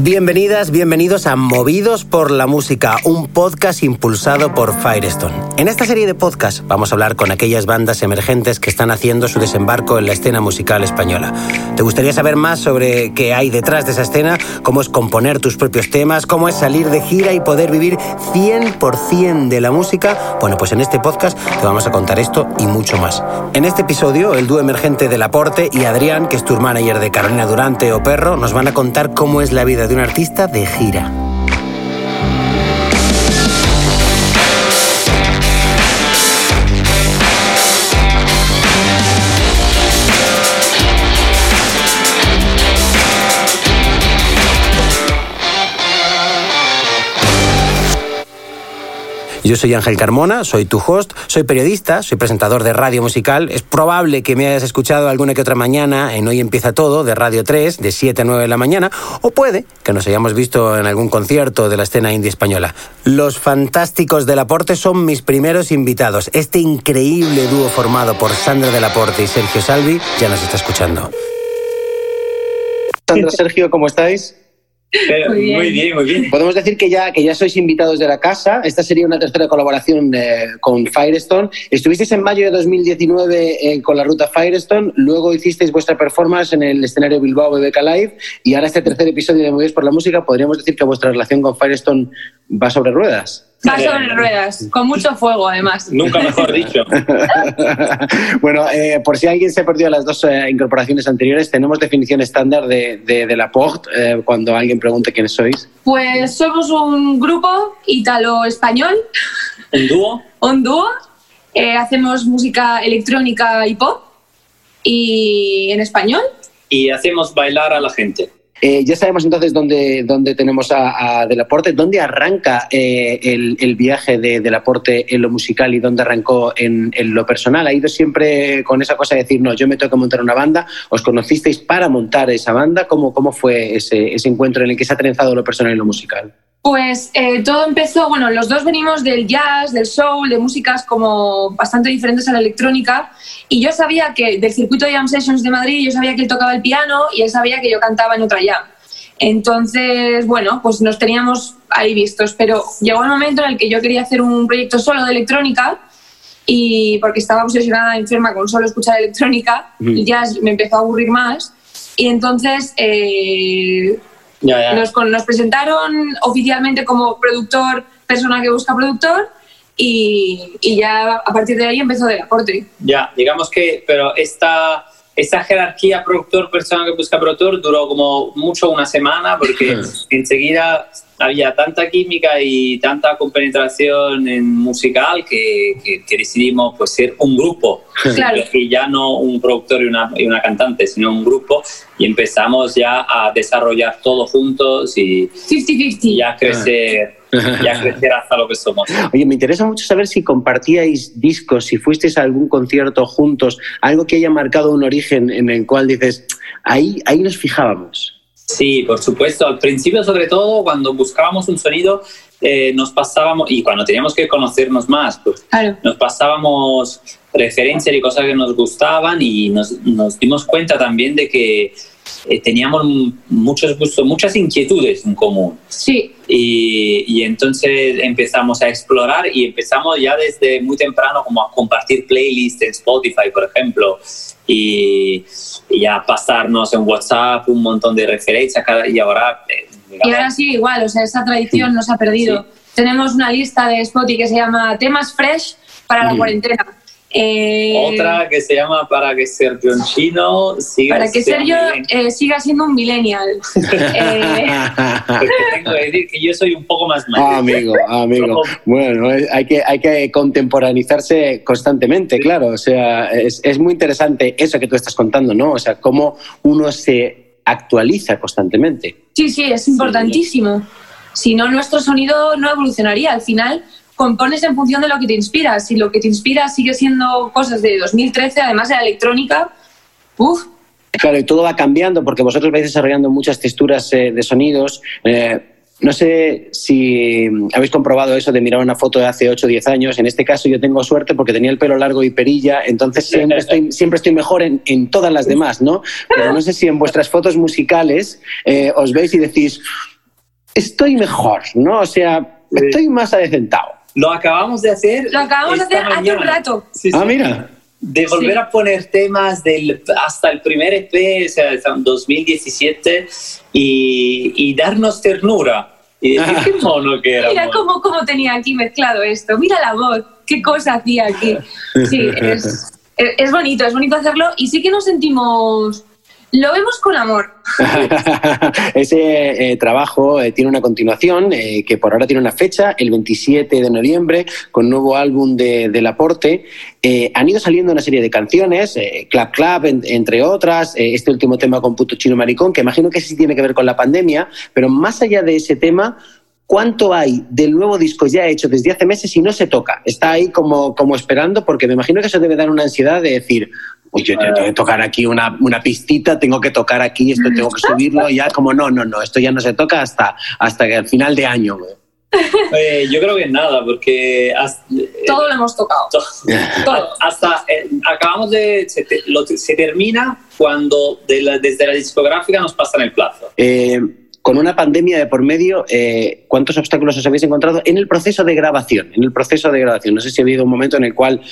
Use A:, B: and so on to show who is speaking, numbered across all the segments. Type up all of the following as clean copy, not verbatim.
A: Bienvenidas, bienvenidos a Movidos por la Música, un podcast impulsado por Firestone. En esta serie de podcasts vamos a hablar con aquellas bandas emergentes que están haciendo su desembarco en la escena musical española. ¿Te gustaría saber más sobre qué hay detrás de esa escena? ¿Cómo es componer tus propios temas? ¿Cómo es salir de gira y poder vivir 100% de la música? Bueno, pues en este podcast te vamos a contar esto y mucho más. En este episodio, el dúo emergente de Laporte y Adrián, que es tour manager de Carolina Durante o Perro, nos van a contar cómo es la vida de un artista de gira. Yo soy Ángel Carmona, soy tu host, soy periodista, soy presentador de radio musical. Es probable que me hayas escuchado alguna que otra mañana en Hoy Empieza Todo, de Radio 3, de 7 a 9 de la mañana, o puede que nos hayamos visto en algún concierto de la escena indie española. Los fantásticos de Laporte son mis primeros invitados. Este increíble dúo formado por Sandra de Laporte y Sergio Salvi ya nos está escuchando. Sandra, Sergio, ¿cómo estáis?
B: Muy bien.
A: Podemos decir que ya sois invitados de la casa. Esta sería una tercera colaboración con Firestone. Estuvisteis en mayo de 2019 con la ruta Firestone, luego hicisteis vuestra performance en el escenario Bilbao BBK Live y ahora este tercer episodio de Movidos por la Música. ¿Podríamos decir que vuestra relación con Firestone va sobre ruedas?
B: Va sobre ruedas, con mucho fuego además.
C: Nunca mejor dicho.
A: Bueno, por si alguien se perdió las dos incorporaciones anteriores, tenemos definición estándar de Laporte cuando alguien pregunte quiénes sois.
B: Pues somos un grupo ítalo-español.
C: ¿Un dúo?
B: Un dúo. Hacemos música electrónica y pop y en español.
C: Y hacemos bailar a la gente.
A: Ya sabemos entonces dónde tenemos a De Laporte. ¿Dónde arranca el viaje de Laporte en lo musical y dónde arrancó en lo personal? ¿Ha ido siempre con esa cosa de decir, no, yo me tengo que montar una banda? ¿Os conocisteis para montar esa banda? ¿Cómo fue ese encuentro en el que se ha trenzado lo personal y lo musical?
B: Pues todo empezó, bueno, los dos venimos del jazz, del soul, de músicas como bastante diferentes a la electrónica, y yo sabía que del circuito de Jam Sessions de Madrid, yo sabía que él tocaba el piano y él sabía que yo cantaba en otra jam. Entonces, bueno, pues nos teníamos ahí vistos, pero llegó el momento en el que yo quería hacer un proyecto solo de electrónica, y porque estaba obsesionada, enferma con solo escuchar electrónica, el jazz me empezó a aburrir más, y entonces... Nos presentaron oficialmente como productor, persona que busca productor, y ya a partir de ahí empezó De Laporte.
C: Ya, digamos que, pero esta jerarquía productor, persona que busca productor duró como mucho una semana, porque enseguida había tanta química y tanta compenetración en musical que decidimos pues ser un grupo.
B: Claro.
C: Y ya no un productor y una cantante, sino un grupo, y empezamos ya a desarrollar todo juntos y
B: 50-50.
C: Y a crecer hasta lo que somos.
A: Oye, me interesa mucho saber si compartíais discos, si fuisteis a algún concierto juntos, algo que haya marcado un origen en el cual dices, ahí nos fijábamos.
C: Sí, por supuesto. Al principio, sobre todo, cuando buscábamos un sonido, nos pasábamos, y cuando teníamos que conocernos más, pues
B: claro,
C: nos pasábamos referencias y cosas que nos gustaban, y nos dimos cuenta también de que teníamos muchos gustos, muchas inquietudes en común.
B: Sí.
C: Y entonces empezamos a explorar y empezamos ya desde muy temprano como a compartir playlists en Spotify, por ejemplo, y a pasarnos en WhatsApp un montón de referencias y ahora...
B: Y ahora sigue igual, o sea, esa tradición no se ha perdido. Sí. Tenemos una lista de Spotify que se llama Temas Fresh para la cuarentena.
C: Otra que se llama Para que Sergio
B: siga siendo un millennial.
C: Porque tengo que decir que yo soy un poco más mayor.
A: Amigo. Bueno, hay que contemporaneizarse constantemente, claro. O sea, es muy interesante eso que tú estás contando, ¿no? O sea, cómo uno se actualiza constantemente.
B: Sí, es importantísimo. Si no, nuestro sonido no evolucionaría. Al final... compones en función de lo que te inspira. Si lo que te inspira sigue siendo cosas de 2013, además de la electrónica, ¡uf!
A: Claro, y todo va cambiando porque vosotros vais desarrollando muchas texturas de sonidos. No sé si habéis comprobado eso de mirar una foto de hace 8 o 10 años. En este caso yo tengo suerte porque tenía el pelo largo y perilla, entonces siempre estoy mejor en todas las demás, ¿no? Pero no sé si en vuestras fotos musicales os veis y decís, estoy mejor, ¿no? O sea, estoy más adecentado.
C: Lo acabamos de hacer.
B: Hace un rato.
C: Sí.
A: Mira.
C: De volver a poner temas hasta el primer EP, o sea, 2017, y darnos ternura. Y decir, qué mono que era.
B: Mira cómo tenía aquí mezclado esto. Mira la voz, qué cosa hacía aquí. Sí, es bonito hacerlo, y sí que nos sentimos... Lo vemos con amor.
A: Ese trabajo tiene una continuación que por ahora tiene una fecha, el 27 de noviembre, con nuevo álbum de Laporte. Han ido saliendo una serie de canciones, Clap Clap, entre otras, este último tema con Puto Chino Maricón, que imagino que sí tiene que ver con la pandemia, pero más allá de ese tema, ¿cuánto hay del nuevo disco ya hecho desde hace meses y no se toca? Está ahí como esperando, porque me imagino que eso debe dar una ansiedad de decir... Uy, yo tengo que tocar aquí una pistita, tengo que tocar aquí, esto tengo que subirlo, ya como no, esto ya no se toca hasta que al final de año.
C: Yo creo que nada, porque...
B: todo lo hemos tocado.
C: Todo. Hasta acabamos de... Se termina cuando desde la discográfica nos pasan el plazo.
A: Con una pandemia de por medio, ¿cuántos obstáculos os habéis encontrado en el proceso de grabación? No sé si ha habido un momento en el cual,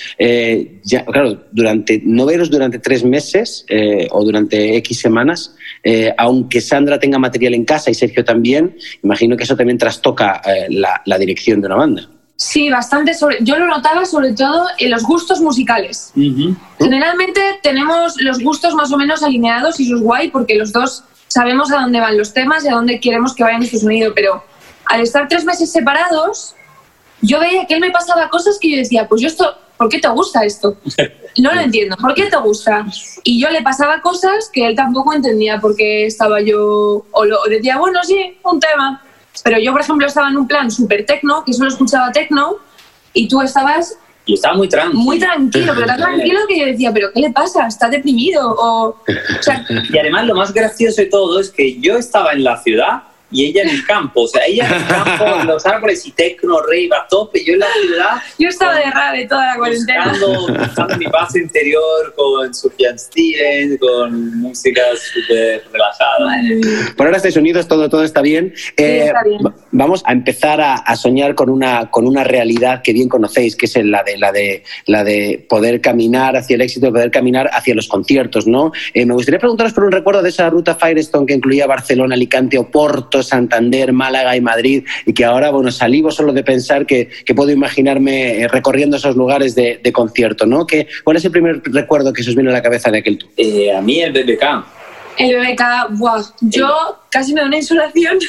A: no veros durante 3 meses o durante X semanas, aunque Sandra tenga material en casa y Sergio también, imagino que eso también trastoca la dirección de una banda.
B: Sí, bastante. Yo lo notaba sobre todo en los gustos musicales. Uh-huh. Generalmente tenemos los gustos más o menos alineados y eso es guay porque los dos sabemos a dónde van los temas y a dónde queremos que vaya nuestro sonido, pero al estar 3 meses separados, yo veía que él me pasaba cosas que yo decía, pues yo esto, ¿por qué te gusta esto? No lo entiendo, ¿por qué te gusta? Y yo le pasaba cosas que él tampoco entendía porque estaba yo, o decía, bueno, sí, un tema. Pero yo, por ejemplo, estaba en un plan súper tecno, que solo escuchaba tecno, y tú estabas...
C: Y estaba muy tranquilo.
B: Muy tranquilo, pero tan tranquilo que yo decía, ¿pero qué le pasa? ¿Está deprimido? O sea,
C: y además lo más gracioso de todo es que yo estaba en la ciudad y ella en el campo. O sea, ella en el campo, los árboles y tecno, rave a tope. Yo en la ciudad...
B: Yo estaba de rave toda la cuarentena.
C: Buscando mi paz interior con Sufjan Stevens, con música súper relajada.
A: Por ahora estáis unidos, todo está bien.
B: Está bien.
A: Vamos a empezar a soñar con una realidad que bien conocéis, que es la de poder caminar hacia el éxito, poder caminar hacia los conciertos, ¿no? Me gustaría preguntaros por un recuerdo de esa ruta Firestone que incluía Barcelona, Alicante, Oporto, Santander, Málaga y Madrid, y que ahora, salivo solo de pensar que puedo imaginarme recorriendo esos lugares de concierto, ¿no? ¿Cuál es el primer recuerdo que se os viene a la cabeza de aquel tour?
C: A mí el BBK.
B: El BBK, ¡buah! Yo casi me da una insolación.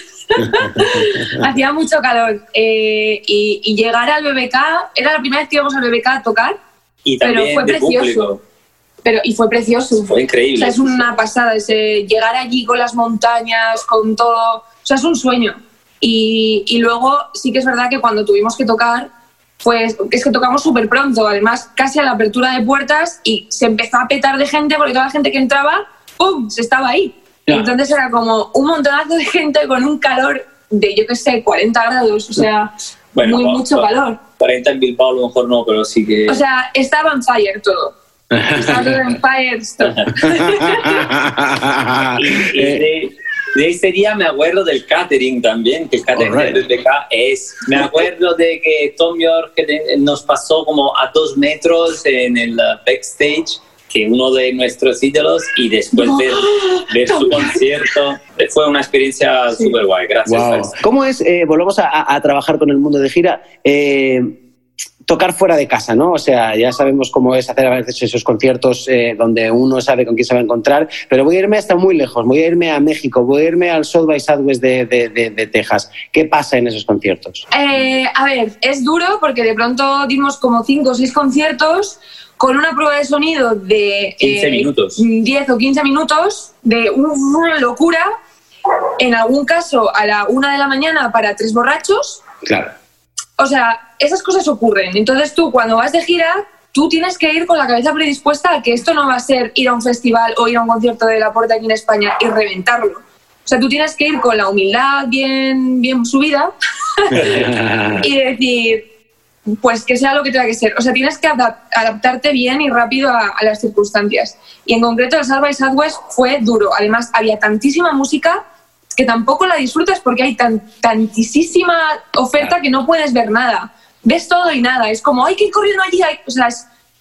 B: Hacía mucho calor. Y llegar al BBK, era la primera vez que íbamos al BBK a tocar,
C: y también
B: pero fue precioso. Y fue precioso.
C: Fue increíble.
B: O sea, es una pasada llegar allí con las montañas, con todo. O sea, es un sueño. Y luego sí que es verdad que cuando tuvimos que tocar, pues es que tocamos súper pronto, además casi a la apertura de puertas, y se empezó a petar de gente porque toda la gente que entraba, ¡pum!, se estaba ahí. Yeah. Entonces era como un montonazo de gente con un calor de, yo qué sé, 40 grados, o sea, mucho calor. 40
C: en Bilbao a lo mejor no, pero sí que...
B: O sea, estaba en fire todo. Estaba todo en fire.
C: De ese día me acuerdo del catering también, que el catering del BBK es... Me acuerdo de que Tom York nos pasó como a 2 metros en el backstage, que uno de nuestros ídolos, y después ver su concierto. Fue una experiencia súper guay, gracias.
A: Wow. ¿Cómo es, volvemos a trabajar con el mundo de gira, tocar fuera de casa, ¿no? O sea, ya sabemos cómo es hacer a veces esos conciertos donde uno sabe con quién se va a encontrar, pero voy a irme hasta muy lejos, voy a irme a México, voy a irme al South by Southwest de Texas. ¿Qué pasa en esos conciertos?
B: A ver, es duro porque de pronto dimos como 5 o 6 conciertos con una prueba de sonido de
C: 15 minutos.
B: 10 o 15 minutos, de una locura, en algún caso a la 1 de la mañana para 3 borrachos.
A: Claro.
B: O sea, esas cosas ocurren. Entonces tú, cuando vas de gira, tú tienes que ir con la cabeza predispuesta a que esto no va a ser ir a un festival o ir a un concierto de Laporte aquí en España y reventarlo. O sea, tú tienes que ir con la humildad bien subida y decir, pues que sea lo que tenga que ser. O sea, tienes que adaptarte bien y rápido a las circunstancias. Y en concreto el South by Southwest fue duro. Además, había tantísima música que tampoco la disfrutas porque hay tantísima oferta que no puedes ver nada. Ves todo y nada. Es como, hay que ir corriendo allí. O sea,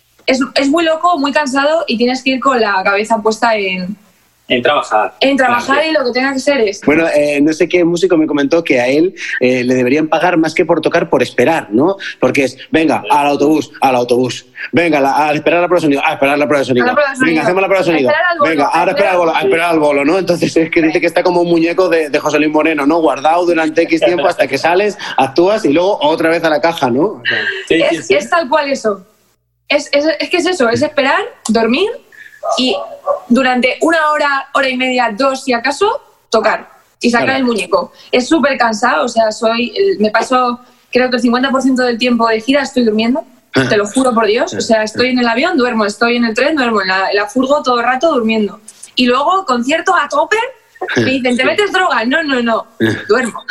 B: es muy loco, muy cansado y tienes que ir con la cabeza puesta en
C: trabajar.
B: En trabajar y lo que tenga que ser es...
A: Bueno, no sé qué músico me comentó que a él le deberían pagar más que por tocar, por esperar, ¿no? Porque es, venga, al autobús. Venga, a esperar la prueba de sonido. A esperar la prueba de sonido. Venga, hacemos la prueba de sonido. Venga, ahora esperar al bolo, ¿no? Entonces es que dice que está como un muñeco de José Luis Moreno, ¿no? Guardado durante X tiempo hasta que sales, actúas y luego otra vez a la caja, ¿no? O sea,
B: sí. Es tal cual eso. Es que es eso, es esperar, dormir y durante 1 hora y media, 2 si acaso, tocar y sacar el muñeco. Es súper cansado, o sea, me paso, creo que el 50% del tiempo de gira estoy durmiendo, te lo juro por Dios, o sea, estoy en el avión, duermo, estoy en el tren, duermo, en la furgo todo el rato durmiendo. Y luego, concierto a tope, me dicen, ¿te metes droga? No, duermo.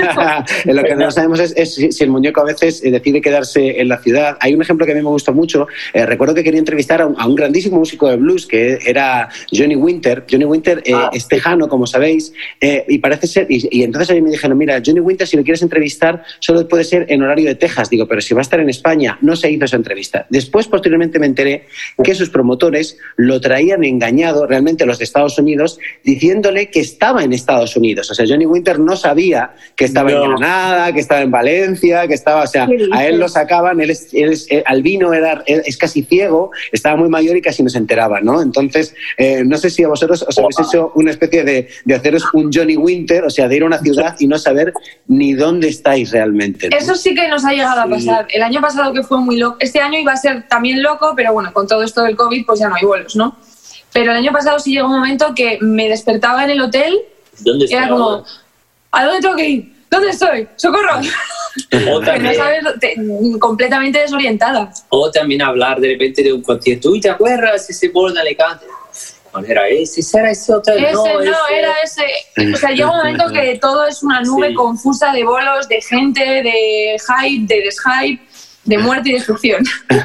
A: Lo que no sabemos es si el muñeco a veces decide quedarse en la ciudad. Hay un ejemplo que a mí me gusta mucho. Recuerdo que quería entrevistar a un grandísimo músico de blues que era Johnny Winter. Johnny Winter es tejano, como sabéis, y parece ser... Y entonces a mí me dijeron, mira, Johnny Winter, si lo quieres entrevistar, solo puede ser en horario de Texas. Digo, pero si va a estar en España, no se hizo esa entrevista. Después, posteriormente, me enteré que sus promotores lo traían engañado, realmente los de Estados Unidos, diciéndole que estaba en Estados Unidos. O sea, Johnny Winter no sabía que estaba en Granada, que estaba en Valencia, que estaba... O sea, a él lo sacaban, él es albino, es casi ciego, estaba muy mayor y casi no se enteraba, ¿no? Entonces, no sé si a vosotros os habéis hecho una especie de haceros un Johnny Winter, o sea, de ir a una ciudad y no saber ni dónde estáis realmente, ¿no?
B: Eso sí que nos ha llegado a pasar. El año pasado que fue muy loco, este año iba a ser también loco, pero bueno, con todo esto del COVID, pues ya no hay vuelos, ¿no? Pero el año pasado sí llegó un momento que me despertaba en el hotel y era como, ¿a dónde tengo que ir? ¿Dónde estoy? ¡Socorro!
C: O también,
B: no sabes, completamente desorientada.
C: O también hablar de repente de un concierto. ¿Tú te acuerdas ese bolo de Alicante? ¿Cuál era ese? ¿Era ese hotel?
B: Era ese. O sea, llega un momento que todo es una nube confusa de bolos, de gente, de hype, de deshype, de muerte y destrucción.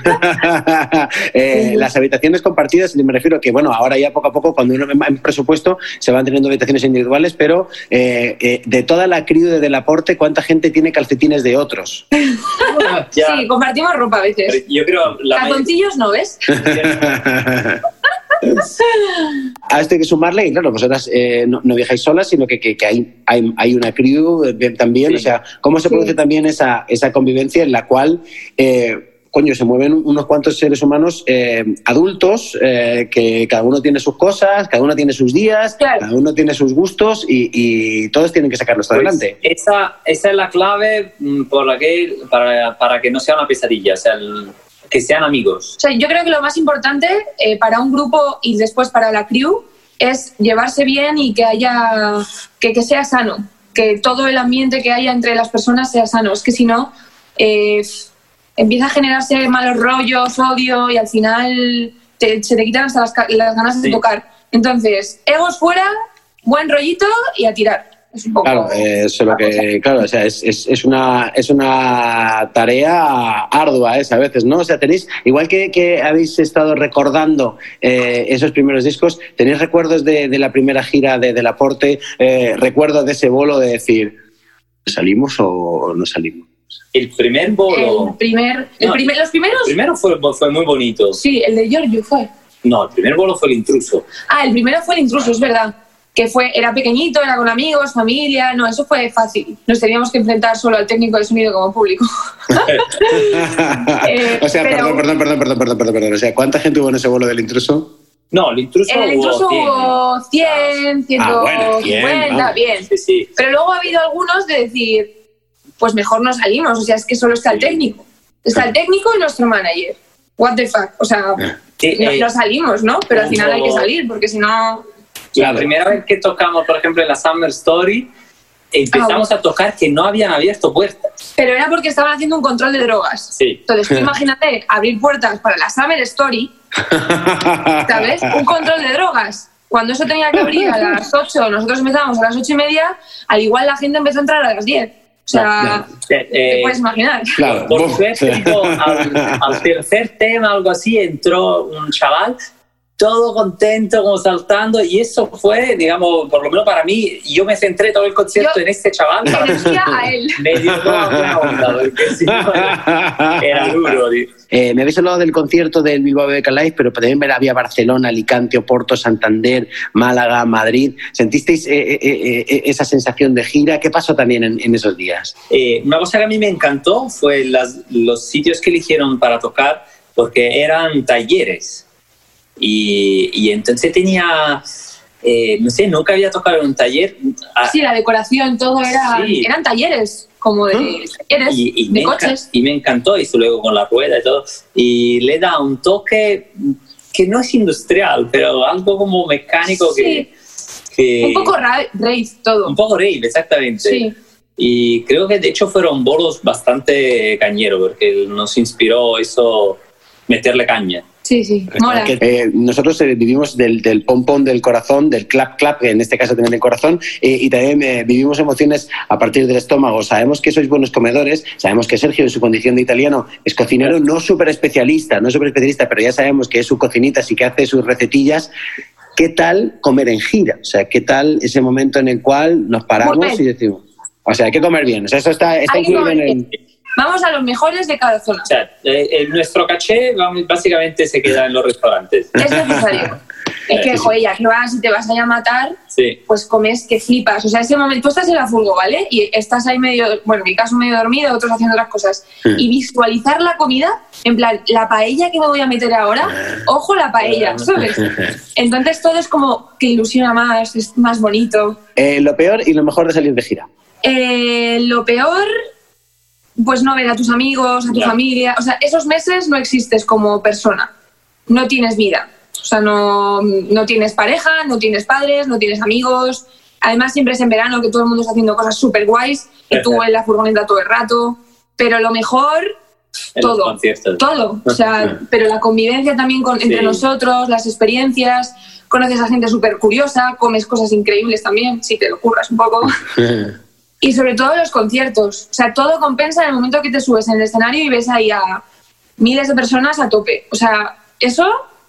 A: Las habitaciones compartidas, me refiero que, bueno, ahora ya poco a poco, cuando uno en presupuesto, se van teniendo habitaciones individuales, pero de toda la crew de Delaporte, ¿cuánta gente tiene calcetines de otros?
B: Sí, compartimos ropa a veces.
C: Pero yo creo...
B: Calzoncillos no, ¿ves?
A: A esto hay que sumarle, y claro, vosotras no viajáis solas, sino que hay una crew también, o sea, ¿cómo se produce también esa convivencia en la cual se mueven unos cuantos seres humanos adultos que cada uno tiene sus cosas, cada uno tiene sus días, cada uno tiene sus gustos y todos tienen que sacarlos adelante?
C: Esa es la clave para que no sea una pesadilla, o sea, que sean amigos.
B: O sea, yo creo que lo más importante para un grupo y después para la crew es llevarse bien y que sea sano, que todo el ambiente que haya entre las personas sea sano. Es que si no, empieza a generarse malos rollos, odio y al final se te quitan hasta las ganas de tocar. Entonces, egos fuera, buen rollito y a tirar. Es un poco...
A: Claro, eso es lo que... Claro, o sea, es una tarea ardua a veces, ¿no? O sea, tenéis... Igual que habéis estado recordando esos primeros discos, ¿tenéis recuerdos de la primera gira de Delaporte? ¿Recuerdos de ese bolo de decir, ¿salimos o no salimos?
C: El primer bolo...
B: Los primeros...
C: El primero fue muy bonito.
B: Sí, el de Giorgio fue.
C: No, el primer bolo fue El Intruso.
B: El primero fue El Intruso, es verdad. Que era pequeñito, era con amigos, familia... No, eso fue fácil. Nos teníamos que enfrentar solo al técnico de sonido como público.
A: O sea,
B: pero...
A: perdón. O sea, ¿cuánta gente hubo en ese bolo del Intruso?
C: No, El Intruso
B: hubo 100, 150, bien.
C: Sí.
B: Pero luego ha habido algunos de decir, pues mejor no salimos, o sea, es que solo está el técnico. Está el técnico y nuestro manager. What the fuck, o sea, no salimos, ¿no? Pero al final hay que salir, porque si no...
C: La primera vez que tocamos, por ejemplo, en la Summer Story, empezamos a tocar que no habían abierto puertas.
B: Pero era porque estaban haciendo un control de drogas.
C: Sí.
B: Entonces, tú imagínate abrir puertas para la Summer Story, ¿sabes? Un control de drogas. Cuando eso tenía que abrir a las 8, nosotros empezábamos a las 8:30, al igual la gente empezó a entrar a las 10. O sea, te puedes imaginar.
A: Claro.
C: Por suerte, al tercer tema, algo así, entró un chaval todo contento, como saltando, y eso fue, digamos, por lo menos para mí, yo me centré todo el concierto en este chaval.
B: Para decía a él.
C: Me dio toda una onda, porque si no, era duro, tío.
A: Me habéis hablado del concierto del Bilbao BBK Live, pero también había Barcelona, Alicante, Oporto, Santander, Málaga, Madrid. ¿Sentisteis esa sensación de gira? ¿Qué pasó también en esos días?
C: Una cosa que a mí me encantó fue los sitios que eligieron para tocar, porque eran talleres. Y entonces tenía, no sé, nunca había tocado en un taller.
B: Sí, la decoración, todo eran talleres, como de talleres, de coches.
C: Y me encantó, hizo luego con la rueda y todo. Y le da un toque que no es industrial, pero algo como mecánico que
B: un poco rave todo.
C: Un poco rave, exactamente.
B: Sí.
C: Y creo que de hecho fueron bolos bastante cañeros, porque nos inspiró eso, meterle caña.
B: Sí, mola.
A: Nosotros vivimos del pom-pom del corazón, del clap-clap, en este caso también del corazón, y también vivimos emociones a partir del estómago. Sabemos que sois buenos comedores, sabemos que Sergio, en su condición de italiano, es cocinero, no súper especialista, pero ya sabemos que es su cocinita, sí que hace sus recetillas. ¿Qué tal comer en gira? O sea, ¿qué tal ese momento en el cual nos paramos y decimos, o sea, hay que comer bien? O sea, eso está incluido en el...
B: Vamos a los mejores de cada zona.
C: O sea, nuestro caché básicamente se queda en los restaurantes.
B: Es necesario. Es que, joder, ya que vas y te vas a matar, pues comes que flipas. O sea, ese momento, tú estás en la furgo, ¿vale? Y estás ahí medio, bueno, en mi caso medio dormido, otros haciendo otras cosas. Y visualizar la comida, en plan, la paella que me voy a meter ahora, ojo la paella, ¿sabes? Entonces todo es como que ilusiona más, es más bonito.
A: Lo peor y lo mejor de salir de gira.
B: Lo peor... pues no ver a tus amigos, a tu familia. O sea, esos meses no existes como persona. No tienes vida. O sea, no tienes pareja, no tienes padres, no tienes amigos. Además, siempre es en verano que todo el mundo está haciendo cosas súper guays y tú en la furgoneta todo el rato. Pero lo mejor, todo. Todo. O sea, pero la convivencia también entre nosotros, las experiencias. Conoces a gente súper curiosa, comes cosas increíbles también, si te lo curras un poco. Y sobre todo los conciertos. O sea, todo compensa en el momento que te subes en el escenario y ves ahí a miles de personas a tope. O sea, eso,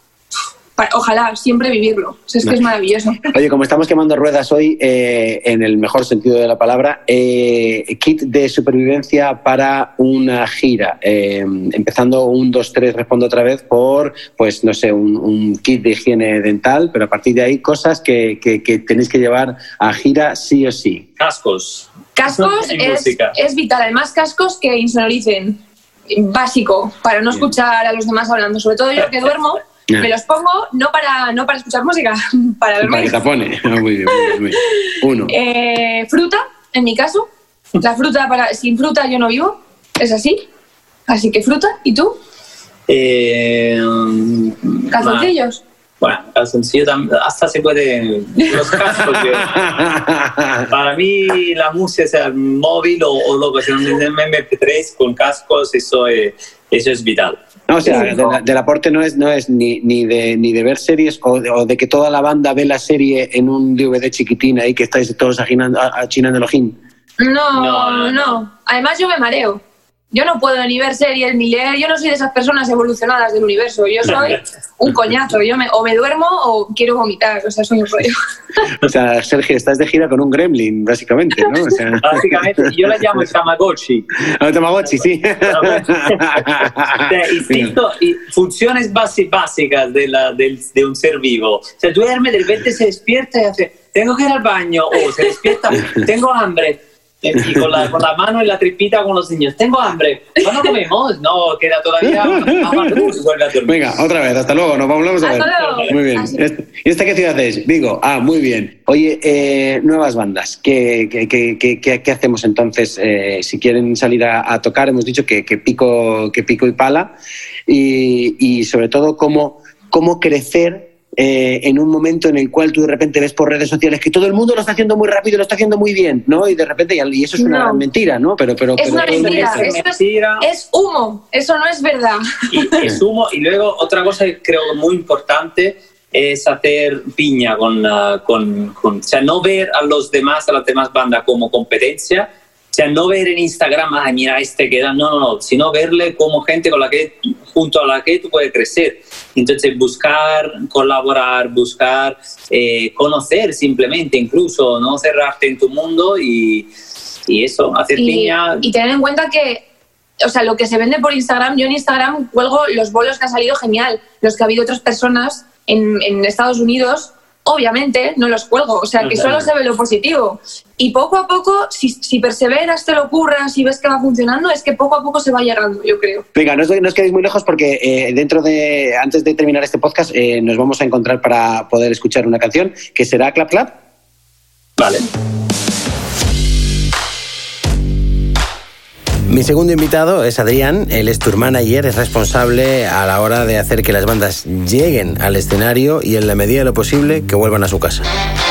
B: ojalá siempre vivirlo. O sea, es que es maravilloso.
A: Oye, como estamos quemando ruedas hoy, en el mejor sentido de la palabra, kit de supervivencia para una gira. Empezando 1, 2, 3, respondo otra vez por, pues no sé, un kit de higiene dental, pero a partir de ahí cosas que tenéis que llevar a gira sí o sí.
C: Cascos
B: es vital. Además, cascos que insonoricen. Básico, para no escuchar a los demás hablando. Sobre todo yo que duermo, me los pongo no para escuchar música, para dormir.
A: Para que tapone. Muy bien. Uno.
B: Fruta, en mi caso. La fruta, sin fruta yo no vivo. Es así. Así que fruta. ¿Y tú? ¿Calzoncillos?
C: Bueno, calzoncillo hasta se puede... Los cascos. Para mí la música, sea el móvil o lo que sea un MP3 con cascos, eso es vital.
A: No, o sea, del aporte no es ni de ver series o de que toda la banda ve la serie en un DVD chiquitín ahí que estáis todos achinando el ojín.
B: No. Además yo me mareo. Yo no puedo ni ver series ni leer. Yo no soy de esas personas evolucionadas del universo. Yo soy un coñazo. Yo o me duermo o quiero vomitar. O sea, soy un rollo.
A: O sea, Sergio, estás de gira con un gremlin, básicamente, ¿no? O sea...
C: Básicamente, yo la llamo el Tamagotchi.
A: El Tamagotchi, sí.
C: Instinto y funciones básicas de un ser vivo. O sea, duerme, de repente se despierta y hace, tengo que ir al baño. O se despierta, tengo hambre. Y con la mano en la tripita con los niños. Tengo hambre. ¿Cuándo comemos? No, queda todavía más luz. Vuelve a dormir.
A: Venga, otra vez. Hasta luego. Nos vamos a ver. Muy bien. ¿Y esta qué ciudad es? Vigo. Ah, muy bien. Oye, nuevas bandas. ¿Qué hacemos entonces? Si quieren salir a tocar, hemos dicho que pico y pala. Y sobre todo, cómo crecer en un momento en el cual tú de repente ves por redes sociales que todo el mundo lo está haciendo muy rápido, lo está haciendo muy bien, ¿no? Y de repente, y eso es una gran mentira, ¿no? Pero
B: es una mentira, es humo, eso no es verdad.
C: Y es humo, y luego otra cosa que creo muy importante es hacer piña con o sea, no ver a las demás bandas como competencia. O sea, no ver en Instagram, ay, mira, queda, no, sino verle como gente junto a la que tú puedes crecer. Entonces, buscar, colaborar, buscar, conocer simplemente, incluso, no cerrarte en tu mundo y eso, hacer piña.
B: Y tener en cuenta que, o sea, lo que se vende por Instagram, yo en Instagram cuelgo los bolos que han salido genial, los que ha habido otras personas en Estados Unidos, obviamente no los cuelgo, o sea, que solo se ve lo positivo. Y poco a poco, si perseveras, te lo ocurras y ves que va funcionando, es que poco a poco se va llegando, yo creo.
A: Venga, no os quedéis muy lejos porque antes de terminar este podcast, nos vamos a encontrar para poder escuchar una canción que será Clap Clap.
C: Vale.
A: Mi segundo invitado es Adrián, él es tour manager, es responsable a la hora de hacer que las bandas lleguen al escenario y en la medida de lo posible que vuelvan a su casa.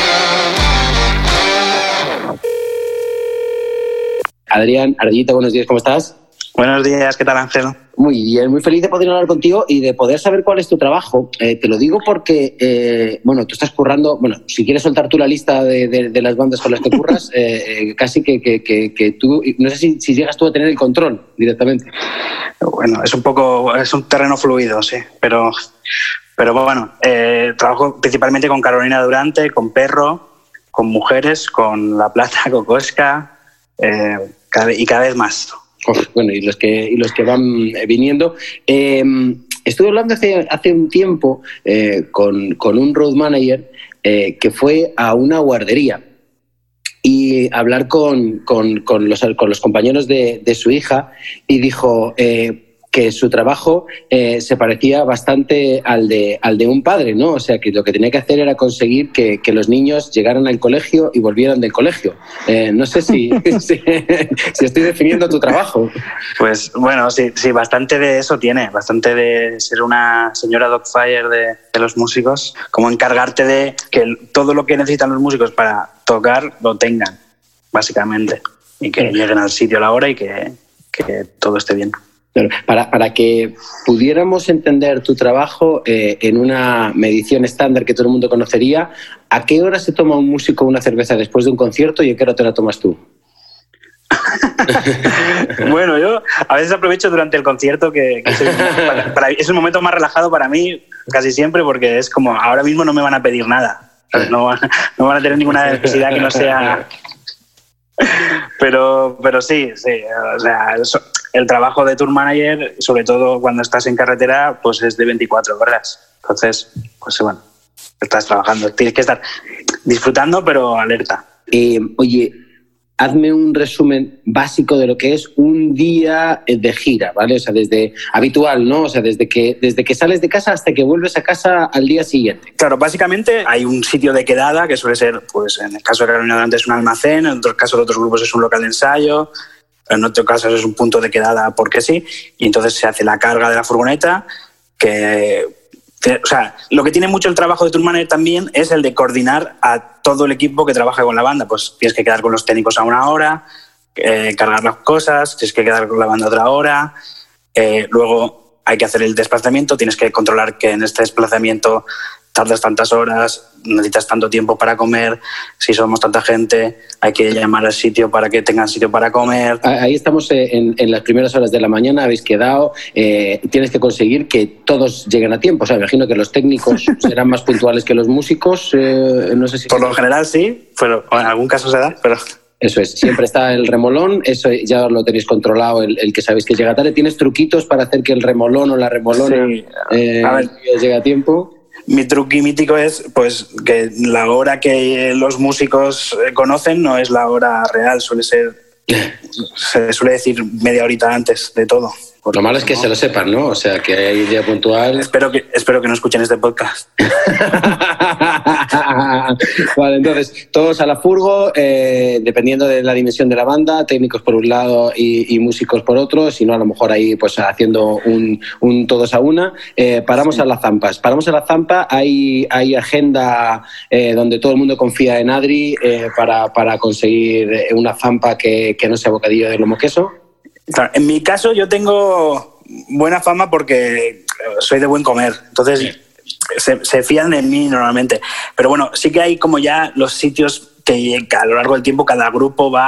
A: Adrián, Ardillita, buenos días, ¿cómo estás?
D: Buenos días, ¿qué tal, Ángel?
A: Muy bien, muy feliz de poder hablar contigo y de poder saber cuál es tu trabajo. Te lo digo porque, tú estás currando, si quieres soltar tú la lista de las bandas con las que curras, casi que tú, no sé si llegas tú a tener el control directamente.
D: Bueno, es un terreno fluido, sí, pero bueno, trabajo principalmente con Carolina Durante, con Perro, con Mujeres, con La Plata, con Cosca, y cada vez más.
A: Bueno, y los que van viniendo. Estuve hablando hace un tiempo con un road manager que fue a una guardería y hablar con los compañeros de su hija y dijo que su trabajo se parecía bastante al de un padre, ¿no? O sea, que lo que tenía que hacer era conseguir que los niños llegaran al colegio y volvieran del colegio. No sé si estoy definiendo tu trabajo.
D: Pues bueno, sí, bastante de eso tiene, bastante de ser una señora dogfire de los músicos, como encargarte de que todo lo que necesitan los músicos para tocar lo tengan, básicamente, y que lleguen al sitio a la hora y que todo esté bien.
A: Para que pudiéramos entender tu trabajo en una medición estándar que todo el mundo conocería, ¿a qué hora se toma un músico una cerveza después de un concierto y a qué hora te la tomas tú?
D: Bueno, yo a veces aprovecho durante el concierto que es un momento más relajado para mí casi siempre, porque es como ahora mismo no me van a pedir nada, no van a tener ninguna necesidad que no sea... Pero sí, o sea, el trabajo de tour manager, sobre todo cuando estás en carretera, pues es de 24 horas. Entonces, pues bueno, estás trabajando, tienes que estar disfrutando, pero alerta.
A: Oye, hazme un resumen básico de lo que es un día de gira, ¿vale? O sea, desde habitual, ¿no? O sea, desde que sales de casa hasta que vuelves a casa al día siguiente.
D: Claro, básicamente hay un sitio de quedada que suele ser, pues en el caso de Carolina Durante es un almacén, en otros casos de otros grupos es un local de ensayo, en otros casos es un punto de quedada porque sí, y entonces se hace la carga de la furgoneta o sea, lo que tiene mucho el trabajo de tour manager también es el de coordinar a todo el equipo que trabaja con la banda. Pues tienes que quedar con los técnicos a una hora, cargar las cosas, tienes que quedar con la banda otra hora, luego hay que hacer el desplazamiento, tienes que controlar que en este desplazamiento tardas tantas horas, necesitas tanto tiempo para comer, si somos tanta gente hay que llamar al sitio para que tengan sitio para comer.
A: Ahí estamos en las primeras horas de la mañana, habéis quedado, tienes que conseguir que todos lleguen a tiempo. O sea, imagino que los técnicos serán más puntuales que los músicos, no sé si...
D: Por lo general sí, pero en algún caso se da, pero...
A: Eso es, siempre está el remolón, eso ya lo tenéis controlado, el que sabéis que llega tarde. ¿Tienes truquitos para hacer que el remolón o la remolona llegue a tiempo?
D: Mi truqui mítico es pues que la hora que los músicos conocen no es la hora real, se suele decir media horita antes de todo.
A: Lo malo es que se lo sepan, ¿no? O sea, que hay día puntual.
D: Espero que no escuchen este podcast.
A: Vale, entonces, todos a la furgo, dependiendo de la dimensión de la banda, técnicos por un lado y músicos por otro, si no, a lo mejor ahí pues haciendo un todos a una. Paramos a las zampas. Paramos a la zampa, hay agenda donde todo el mundo confía en Adri para conseguir una zampa que no sea bocadillo de lomo queso.
D: Claro, en mi cazo yo tengo buena fama porque soy de buen comer, entonces se fían en mí normalmente. Pero bueno, sí que hay como ya los sitios que a lo largo del tiempo cada grupo va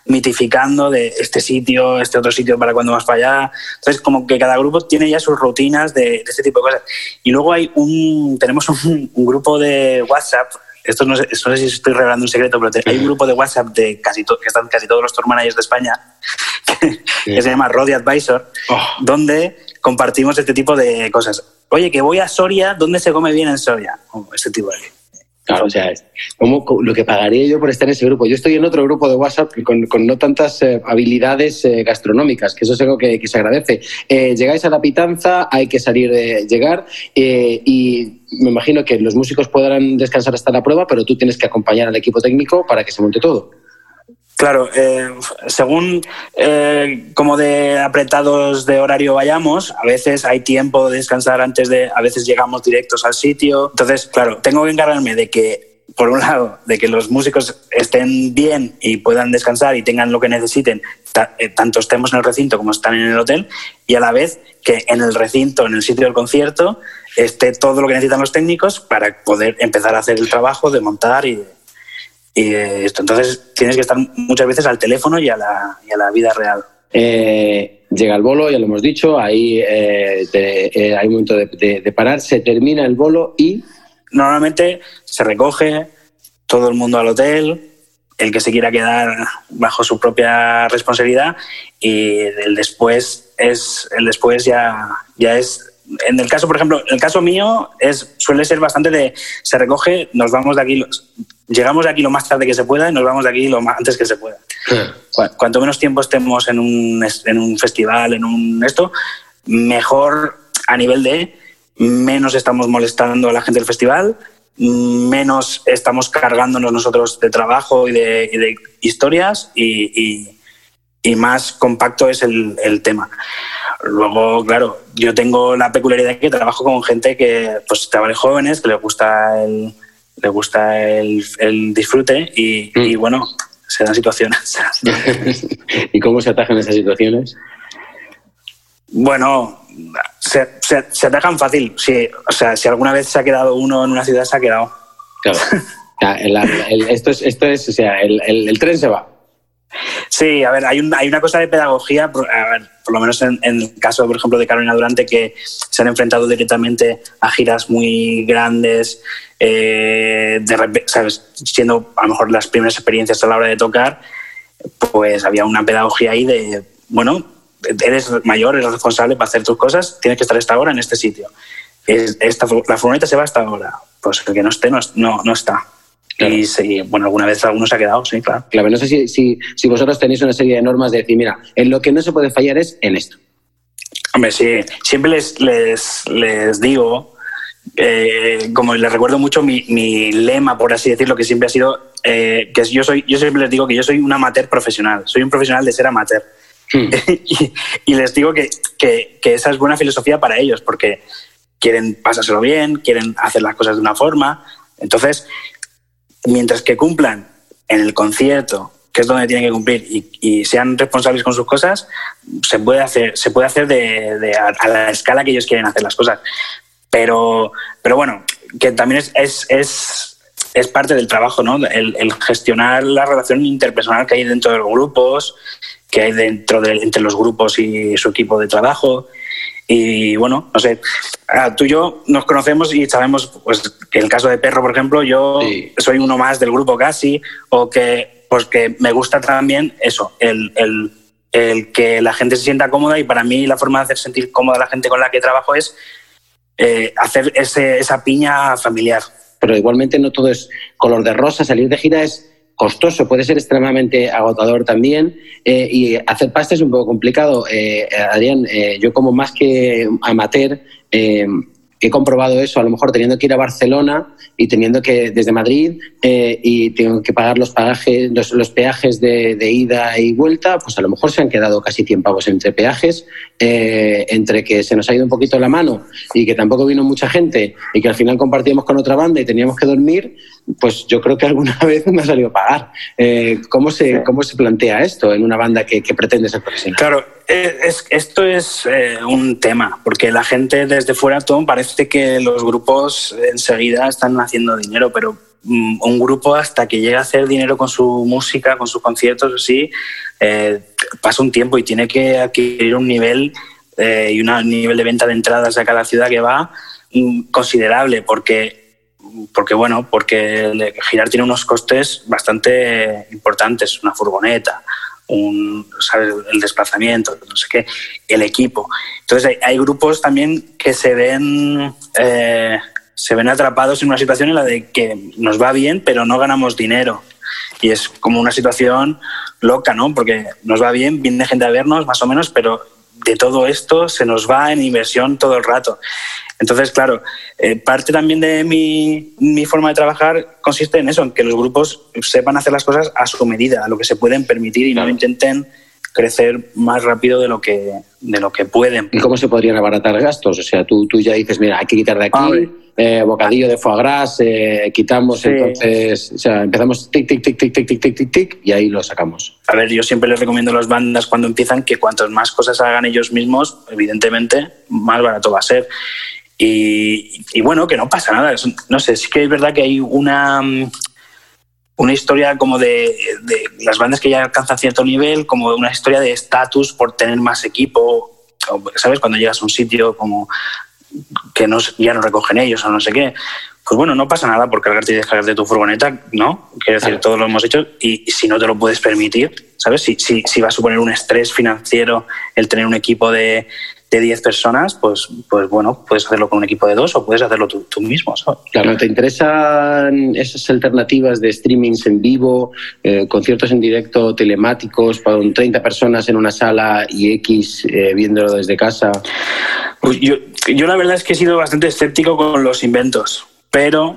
D: mitificando de este sitio, este otro sitio para cuando vas para allá. Entonces, como que cada grupo tiene ya sus rutinas de este tipo de cosas. Y luego tenemos un grupo de WhatsApp. Esto no sé si estoy revelando un secreto, pero hay un grupo de WhatsApp que están casi todos los tour managers de España que se llama Roadie Advisor, donde compartimos este tipo de cosas. Oye, que voy a Soria, ¿dónde se come bien en Soria? Este tipo de...
E: Claro, o sea, es como lo que pagaría yo por estar en ese grupo. Yo estoy en otro grupo de WhatsApp con no tantas habilidades gastronómicas, que eso es algo que se agradece. Llegáis a La Pitanza, hay que llegar y me imagino que los músicos podrán descansar hasta la prueba, pero tú tienes que acompañar al equipo técnico para que se monte todo.
D: Claro, según como de apretados de horario vayamos, a veces hay tiempo de descansar a veces llegamos directos al sitio. Entonces, claro, tengo que encargarme de que, por un lado, de que los músicos estén bien y puedan descansar y tengan lo que necesiten, tanto estemos en el recinto como están en el hotel, y a la vez que en el recinto, en el sitio del concierto, esté todo lo que necesitan los técnicos para poder empezar a hacer el trabajo de montar y esto. Entonces tienes que estar muchas veces al teléfono y a la vida real.
E: Llega el bolo, ya lo hemos dicho, ahí hay un momento de parar, se termina el bolo y... Normalmente
D: se recoge todo el mundo al hotel, el que se quiera quedar bajo su propia responsabilidad, y el después ya es... En el caso, por ejemplo, en el caso mío suele ser bastante se recoge, nos vamos de aquí, llegamos de aquí lo más tarde que se pueda y nos vamos de aquí lo más antes que se pueda. Cuanto menos tiempo estemos en un festival, mejor a nivel de menos estamos molestando a la gente del festival, menos estamos cargándonos nosotros de trabajo y de historias y más compacto es el tema. Luego, claro, yo tengo la peculiaridad de que trabajo con gente que, pues, chavales jóvenes, que les gusta el disfrute y bueno, se dan situaciones.
E: ¿Y cómo se atajan esas situaciones?
D: Bueno, se atajan fácil. Sí, o sea, si alguna vez se ha quedado uno en una ciudad, se ha quedado.
E: Claro. Esto es, o sea, el tren se va.
D: Sí, a ver, hay una cosa de pedagogía, por lo menos en el caso, por ejemplo, de Carolina Durante, que se han enfrentado directamente a giras muy grandes, de repente, ¿sabes? Siendo a lo mejor las primeras experiencias a la hora de tocar, pues había una pedagogía ahí de, bueno, eres mayor, eres responsable para hacer tus cosas, tienes que estar a esta hora en este sitio. La furgoneta se va hasta ahora, pues el que no esté, no está. Claro. Y sí, bueno, alguna vez alguno se ha quedado, sí, claro.
E: Claro, no sé si vosotros tenéis una serie de normas de decir, mira, en lo que no se puede fallar es en esto.
D: Hombre, sí, siempre les digo, como les recuerdo mucho mi lema, por así decirlo, que siempre ha sido, que yo siempre les digo que yo soy un amateur profesional, soy un profesional de ser amateur. Y les digo que esa es buena filosofía para ellos, porque quieren pasárselo bien, quieren hacer las cosas de una forma. Entonces, mientras que cumplan en el concierto, que es donde tienen que cumplir, y sean responsables con sus cosas, se puede hacer a la escala que ellos quieren hacer las cosas. Pero bueno, que también es parte del trabajo, ¿no? El gestionar la relación interpersonal que hay dentro de los grupos, que hay entre los grupos y su equipo de trabajo. Y bueno, no sé, tú y yo nos conocemos y sabemos, pues, que en el caso de Perro, por ejemplo, yo soy uno más del grupo casi, o que, pues, que me gusta también eso, el que la gente se sienta cómoda, y para mí la forma de hacer sentir cómoda a la gente con la que trabajo es hacer esa piña familiar.
E: Pero igualmente no todo es color de rosa, salir de gira es costoso, puede ser extremadamente agotador también, y hacer pasta es un poco complicado. Adrián, yo como más que amateur he comprobado eso, a lo mejor teniendo que ir a Barcelona y teniendo que, desde Madrid, y tengo que pagar los peajes de ida y vuelta, pues a lo mejor se han quedado casi 100 pavos entre peajes, entre que se nos ha ido un poquito la mano y que tampoco vino mucha gente y que al final compartíamos con otra banda y teníamos que dormir, pues yo creo que alguna vez me ha salido a pagar. ¿Cómo se plantea esto en una banda que pretende ser profesional?
D: Claro, esto es un tema, porque la gente desde fuera todo parece que los grupos enseguida están haciendo dinero, pero un grupo, hasta que llega a hacer dinero con su música, con sus conciertos, así, pasa un tiempo y tiene que adquirir un nivel y un nivel de venta de entradas a cada ciudad que va considerable, porque girar tiene unos costes bastante importantes, una furgoneta, ¿sabes? El desplazamiento, no sé qué, el equipo. Entonces hay grupos también que se ven atrapados en una situación en la de que nos va bien, pero no ganamos dinero. Y es como una situación loca, ¿no? Porque nos va bien, viene gente a vernos, más o menos, pero de todo esto se nos va en inversión todo el rato. Entonces, claro, parte también de mi forma de trabajar consiste en eso, en que los grupos sepan hacer las cosas a su medida, a lo que se pueden permitir, y no intenten crecer más rápido de lo que pueden.
E: ¿Y cómo se podrían abaratar gastos? O sea, tú ya dices, mira, hay que quitar de aquí, bocadillo de foie gras, quitamos, sí. Entonces, o sea, empezamos tic, tic, tic, tic, tic, tic, tic, tic, tic, y ahí lo sacamos.
D: A ver, yo siempre les recomiendo a las bandas cuando empiezan que cuantas más cosas hagan ellos mismos, evidentemente, más barato va a ser. Y bueno, que no pasa nada. No sé, sí que es verdad que hay una historia como de las bandas que ya alcanzan cierto nivel, como una historia de estatus por tener más equipo, ¿sabes? Cuando llegas a un sitio como que ya no recogen ellos o no sé qué, pues bueno, no pasa nada por cargarte y descargarte tu furgoneta, ¿no? Quiero decir, todo lo hemos hecho, y si no te lo puedes permitir, ¿sabes? Si va a suponer un estrés financiero el tener un equipo de 10 personas, pues bueno, puedes hacerlo con un equipo de 2 o puedes hacerlo tú mismo, ¿sabes?
E: Claro, ¿te interesan esas alternativas de streamings en vivo, conciertos en directo, telemáticos, con 30 personas en una sala y X viéndolo desde casa?
D: Pues yo la verdad es que he sido bastante escéptico con los inventos, pero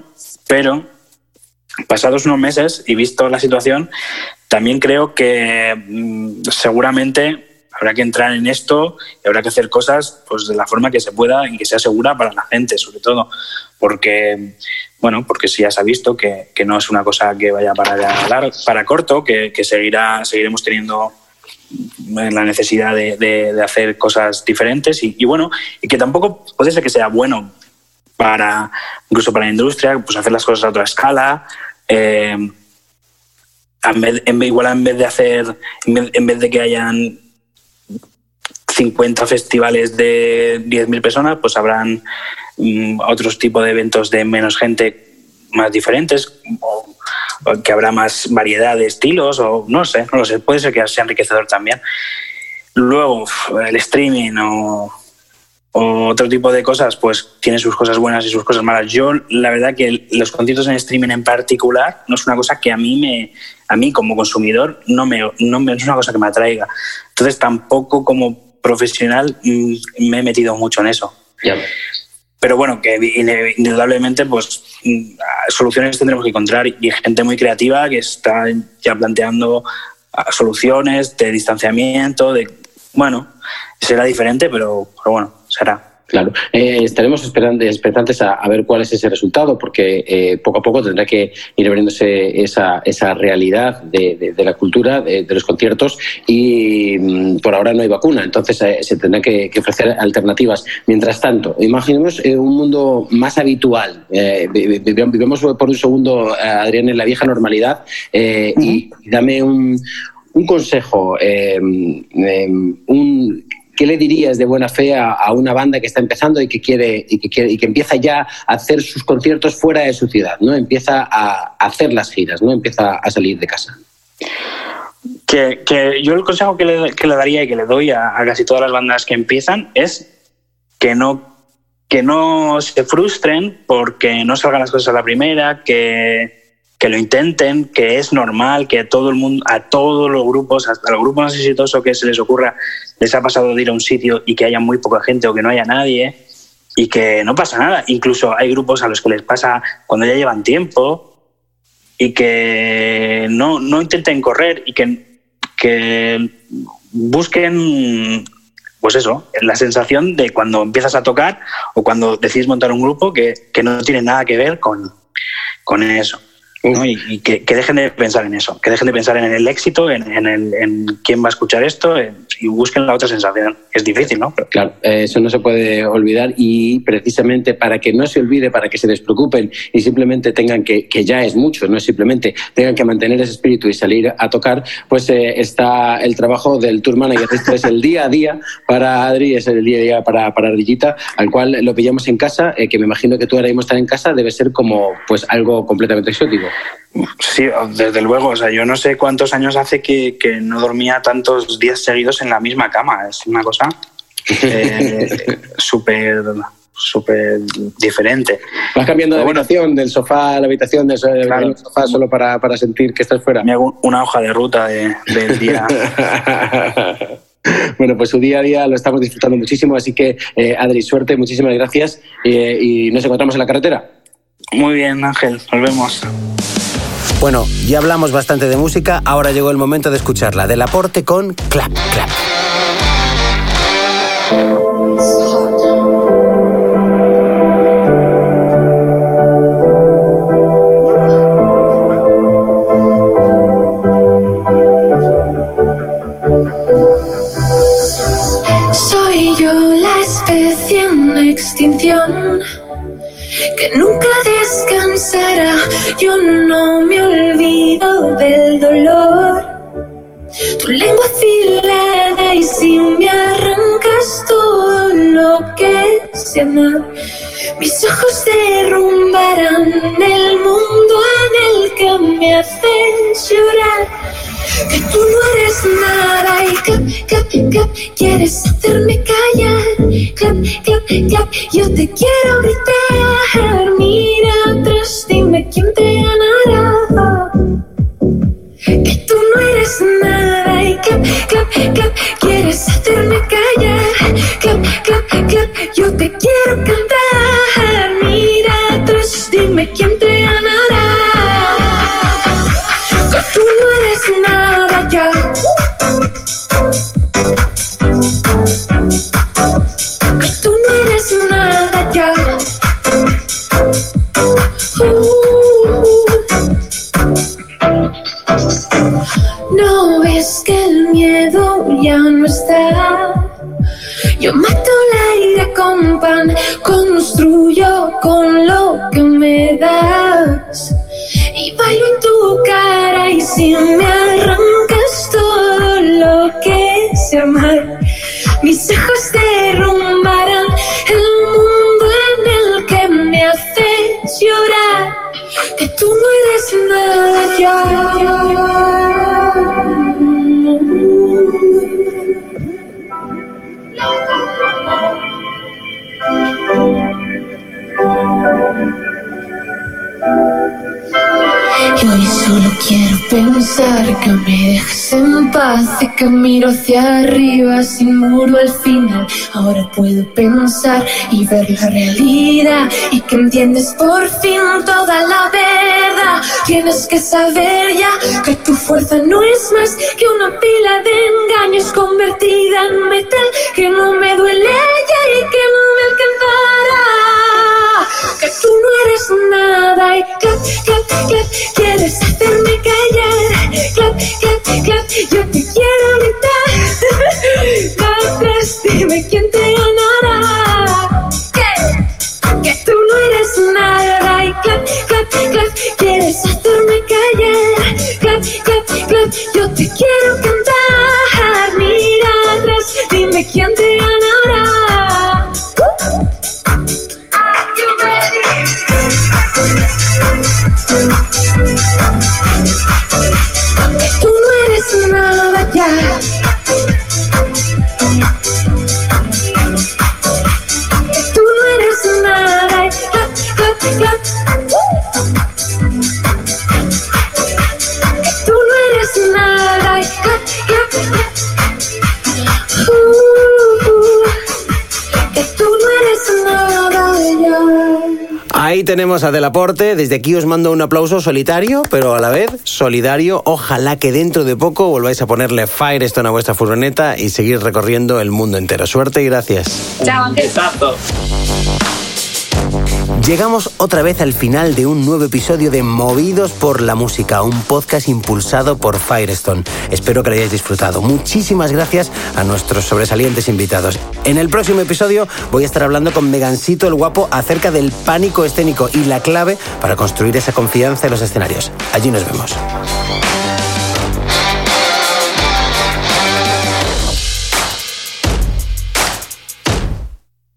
D: pasados unos meses y visto la situación, también creo que seguramente habrá que entrar en esto y habrá que hacer cosas pues de la forma que se pueda y que sea segura para la gente, sobre todo, porque sí ya se ha visto que no es una cosa que vaya para corto, que seguiremos teniendo la necesidad de hacer cosas diferentes y bueno, y que tampoco puede ser que sea bueno incluso para la industria, pues hacer las cosas a otra escala. En vez de que hayan 50 festivales de 10.000 personas, pues habrán otros tipos de eventos de menos gente, más diferentes, o que habrá más variedad de estilos, o no sé, puede ser que sea enriquecedor también. Luego, el streaming o otro tipo de cosas, pues tiene sus cosas buenas y sus cosas malas. Yo, la verdad que los conciertos en streaming en particular no es una cosa que a mí como consumidor no es una cosa que me atraiga. Entonces tampoco como profesional me he metido mucho en eso.
E: Yeah.
D: Pero bueno, que indudablemente pues soluciones tendremos que encontrar, y gente muy creativa que está ya planteando soluciones de distanciamiento, será diferente, pero bueno, será.
E: Claro, estaremos expectantes a ver cuál es ese resultado, porque poco a poco tendrá que ir abriéndose esa realidad de la cultura, de los conciertos, y por ahora no hay vacuna, entonces se tendrán que ofrecer alternativas. Mientras tanto, imaginemos un mundo más habitual. Vivemos por un segundo, Adrián, en la vieja normalidad, y dame un consejo, ¿qué le dirías de buena fe a una banda que está empezando y que empieza ya a hacer sus conciertos fuera de su ciudad, ¿no? Empieza a hacer las giras, ¿no? Empieza a salir de casa.
D: Que yo el consejo que le daría y que le doy a casi todas las bandas que empiezan es que no se frustren porque no salgan las cosas a la primera, que lo intenten, que es normal, que a todo el mundo, a todos los grupos, hasta los grupos más exitosos que se les ocurra, les ha pasado de ir a un sitio y que haya muy poca gente o que no haya nadie, y que no pasa nada. Incluso hay grupos a los que les pasa cuando ya llevan tiempo, y que no intenten correr, y que busquen, pues eso, la sensación de cuando empiezas a tocar o cuando decides montar un grupo que no tiene nada que ver con eso. ¿no? Y que dejen de pensar en eso, que dejen de pensar en el éxito, en quién va a escuchar esto, y busquen la otra sensación. Es difícil, ¿no? Pero...
E: Claro, eso no se puede olvidar, y precisamente para que no se olvide, para que se despreocupen y simplemente tengan que ya es mucho, no es simplemente tengan que mantener ese espíritu y salir a tocar, pues está el trabajo del tour manager. Esto es el día a día para Adri, es el día a día para Ardillita, al cual lo pillamos en casa, que me imagino que tú ahora mismo estar en casa debe ser como pues algo completamente exótico.
D: Sí, desde luego. O sea, yo no sé cuántos años hace que no dormía tantos días seguidos en la misma cama. Es una cosa súper diferente.
E: Vas cambiando de habitación, del sofá a la habitación, del sofá solo para sentir que estás fuera.
D: Me hago una hoja de ruta del día.
E: Bueno, pues su día a día lo estamos disfrutando muchísimo, así que Adri, suerte, muchísimas gracias, y nos encontramos en la carretera.
D: Muy bien, Ángel, nos vemos.
A: Bueno, ya hablamos bastante de música, ahora llegó el momento de escucharla. Delaporte con Clap, Clap.
F: Soy yo la especie en extinción que nunca descansará. Yo no me olvido del dolor. Tu lengua afilada, y si me arrancas todo lo que sé amar, mis ojos derrumbarán el mundo en el que me haces llorar. Que tú no eres nada, y clap, clap, clap, quieres hacerme callar. Clap, clap, clap, yo te quiero gritar. Mira atrás, dime quién te ganará. Que tú no eres nada, y clap, clap, clap, quieres hacerme callar. Clap, clap, clap, yo te quiero cantar. Mira atrás, dime quién te ganará. Que tú no eres nada ya. Que tú no eres nada ya. No ves que el miedo ya no está. Yo mato el aire con pan, construyo con lo que me das, y bailo en tu cara, y si me arrancas todo lo que sé amar, mis ojos derrumbarán el mundo en el que me haces llorar. Que tú no eres nada ya. Y hoy solo quiero pensar que me dejes en paz, y que miro hacia arriba sin muro al final. Ahora puedo pensar y ver la realidad, y que entiendes por fin toda la verdad. Tienes que saber ya que tu fuerza no es más que una pila de engaños convertida en metal, que no me duele ya y que no me alcanzará. Que tú no eres nada, y clap, clap, clap, quieres hacerme callar. Clap, clap, clap, yo te quiero gritar. Atrás, dime quién te ganará. Que tú no eres nada, y clap, clap, clap, quieres hacerme callar. Clap, clap, clap, yo te quiero cantar. Mira atrás, dime quién te ganará. Tú no eres nada ya. Tú no eres nada. Clap, clap, clap. Tú no eres nada. Clap, clap, clap. Que tú no eres nada ya.
A: Ahí tenemos a Delaporte. Desde aquí os mando un aplauso solitario, pero a la vez solidario. Ojalá que dentro de poco volváis a ponerle Firestone a vuestra furgoneta y seguir recorriendo el mundo entero. Suerte y gracias.
B: Chao, Ángel.
C: Exacto.
A: Llegamos otra vez al final de un nuevo episodio de Movidos por la Música, un podcast impulsado por Firestone. Espero que lo hayáis disfrutado. Muchísimas gracias a nuestros sobresalientes invitados. En el próximo episodio voy a estar hablando con Megansito el Guapo acerca del pánico escénico y la clave para construir esa confianza en los escenarios. Allí nos vemos.